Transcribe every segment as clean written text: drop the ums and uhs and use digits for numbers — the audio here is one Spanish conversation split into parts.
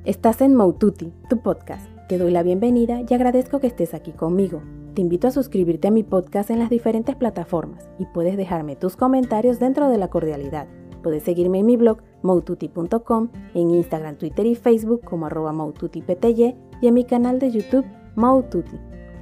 Estás en Moututi, tu podcast. Te doy la bienvenida y agradezco que estés aquí conmigo. Te invito a suscribirte a mi podcast en las diferentes plataformas y puedes dejarme tus comentarios dentro de la cordialidad. Puedes seguirme en mi blog moututi.com, en Instagram, Twitter y Facebook como @moututipty y en mi canal de YouTube Moututi.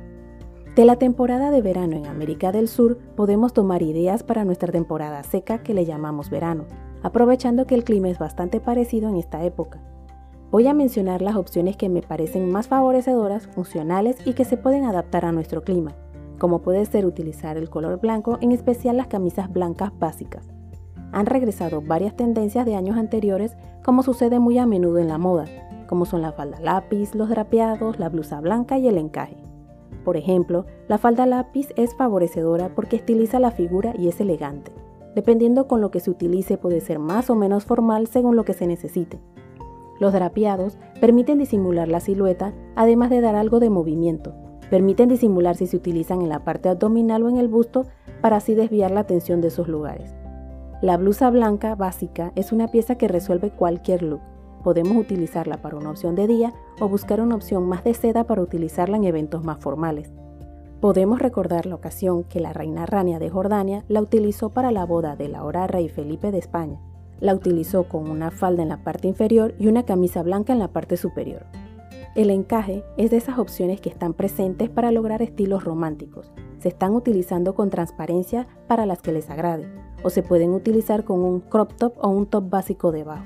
De la temporada de verano en América del Sur podemos tomar ideas para nuestra temporada seca que le llamamos verano, aprovechando que el clima es bastante parecido en esta época. Voy a mencionar las opciones que me parecen más favorecedoras, funcionales y que se pueden adaptar a nuestro clima, como puede ser utilizar el color blanco, en especial las camisas blancas básicas. Han regresado varias tendencias de años anteriores, como sucede muy a menudo en la moda, como son la falda lápiz, los drapeados, la blusa blanca y el encaje. Por ejemplo, la falda lápiz es favorecedora porque estiliza la figura y es elegante. Dependiendo con lo que se utilice puede ser más o menos formal según lo que se necesite. Los drapeados permiten disimular la silueta, además de dar algo de movimiento. Permiten disimular si se utilizan en la parte abdominal o en el busto para así desviar la atención de esos lugares. La blusa blanca básica es una pieza que resuelve cualquier look. Podemos utilizarla para una opción de día o buscar una opción más de seda para utilizarla en eventos más formales. Podemos recordar la ocasión que la reina Rania de Jordania la utilizó para la boda del ahora rey Felipe de España. La utilizó con una falda en la parte inferior y una camisa blanca en la parte superior. El encaje es de esas opciones que están presentes para lograr estilos románticos. Se están utilizando con transparencia para las que les agrade, o se pueden utilizar con un crop top o un top básico debajo.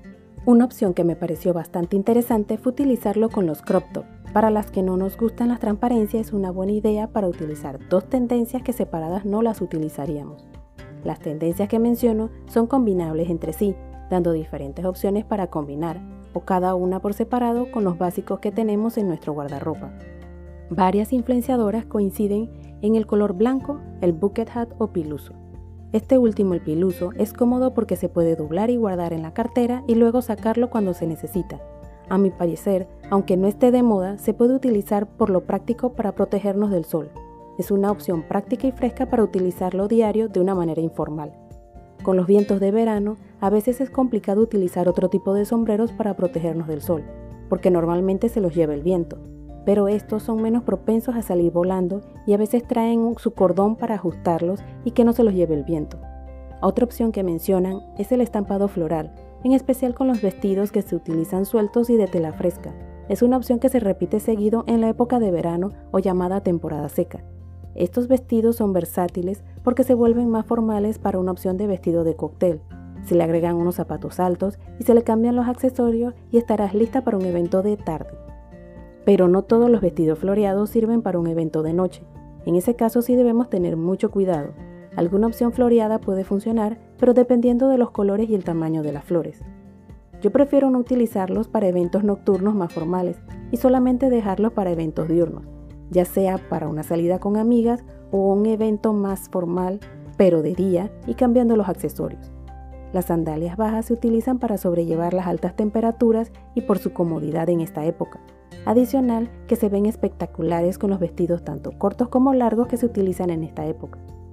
Una opción que me pareció bastante interesante fue utilizarlo con los crop top. Para las que no nos gustan las transparencias es una buena idea para utilizar dos tendencias que separadas no las utilizaríamos. Las tendencias que menciono son combinables entre sí, dando diferentes opciones para combinar, o cada una por separado con los básicos que tenemos en nuestro guardarropa. Varias influenciadoras coinciden en el color blanco, el bucket hat o piluso. Este último, el piluso, es cómodo porque se puede doblar y guardar en la cartera y luego sacarlo cuando se necesita. A mi parecer, aunque no esté de moda, se puede utilizar por lo práctico para protegernos del sol. Es una opción práctica y fresca para utilizarlo diario de una manera informal. Con los vientos de verano, a veces es complicado utilizar otro tipo de sombreros para protegernos del sol, porque normalmente se los lleva el viento, pero estos son menos propensos a salir volando y a veces traen su cordón para ajustarlos y que no se los lleve el viento. Otra opción que mencionan es el estampado floral, en especial con los vestidos que se utilizan sueltos y de tela fresca. Es una opción que se repite seguido en la época de verano o llamada temporada seca. Estos vestidos son versátiles porque se vuelven más formales para una opción de vestido de cóctel. Se le agregan unos zapatos altos y se le cambian los accesorios y estarás lista para un evento de tarde. Pero no todos los vestidos floreados sirven para un evento de noche. En ese caso sí debemos tener mucho cuidado. Alguna opción floreada puede funcionar, pero dependiendo de los colores y el tamaño de las flores. Yo prefiero no utilizarlos para eventos nocturnos más formales y solamente dejarlos para eventos diurnos, ya sea para una salida con amigas o un evento más formal, pero de día, y cambiando los accesorios. Las sandalias bajas se utilizan para sobrellevar las altas temperaturas y por su comodidad en esta época. Adicional, que se ven espectaculares con los vestidos tanto cortos como largos que se utilizan en esta época.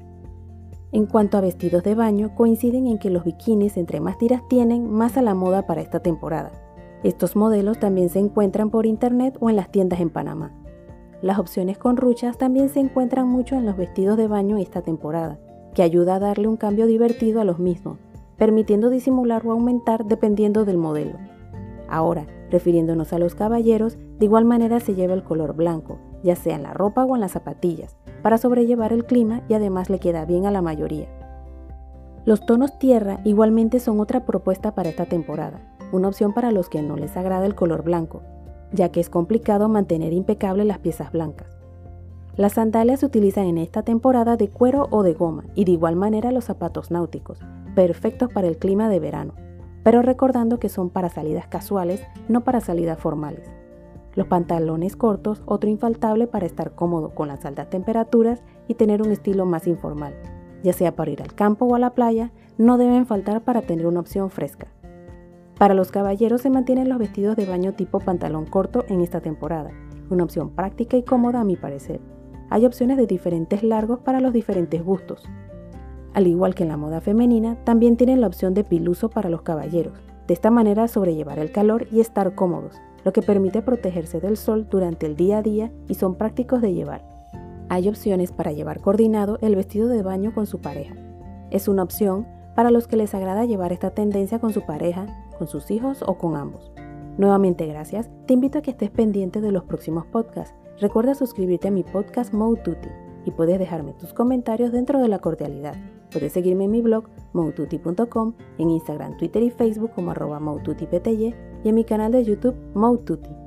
En cuanto a vestidos de baño, coinciden en que los bikinis entre más tiras tienen, más a la moda para esta temporada. Estos modelos también se encuentran por internet o en las tiendas en Panamá. Las opciones con ruchas también se encuentran mucho en los vestidos de baño esta temporada, que ayuda a darle un cambio divertido a los mismos, permitiendo disimular o aumentar dependiendo del modelo. Ahora, refiriéndonos a los caballeros, de igual manera se lleva el color blanco, ya sea en la ropa o en las zapatillas, para sobrellevar el clima y además le queda bien a la mayoría. Los tonos tierra igualmente son otra propuesta para esta temporada, una opción para los que no les agrada el color blanco, ya que es complicado mantener impecables las piezas blancas. Las sandalias se utilizan en esta temporada de cuero o de goma y de igual manera los zapatos náuticos, perfectos para el clima de verano, pero recordando que son para salidas casuales, no para salidas formales. Los pantalones cortos, otro infaltable para estar cómodo con las altas temperaturas y tener un estilo más informal, ya sea para ir al campo o a la playa, no deben faltar para tener una opción fresca. Para los caballeros se mantienen los vestidos de baño tipo pantalón corto en esta temporada, una opción práctica y cómoda a mi parecer. Hay opciones de diferentes largos para los diferentes gustos. Al igual que en la moda femenina, también tienen la opción de piluso para los caballeros. De esta manera sobrellevar el calor y estar cómodos, lo que permite protegerse del sol durante el día a día y son prácticos de llevar. Hay opciones para llevar coordinado el vestido de baño con su pareja. Es una opción para los que les agrada llevar esta tendencia con su pareja, con sus hijos o con ambos. Nuevamente gracias, te invito a que estés pendiente de los próximos podcasts. Recuerda suscribirte a mi podcast Mode Tutti y puedes dejarme tus comentarios dentro de la cordialidad. Puedes seguirme en mi blog modetutti.com, en Instagram, Twitter y Facebook como @modetuttipty y en mi canal de YouTube Mode Tutti.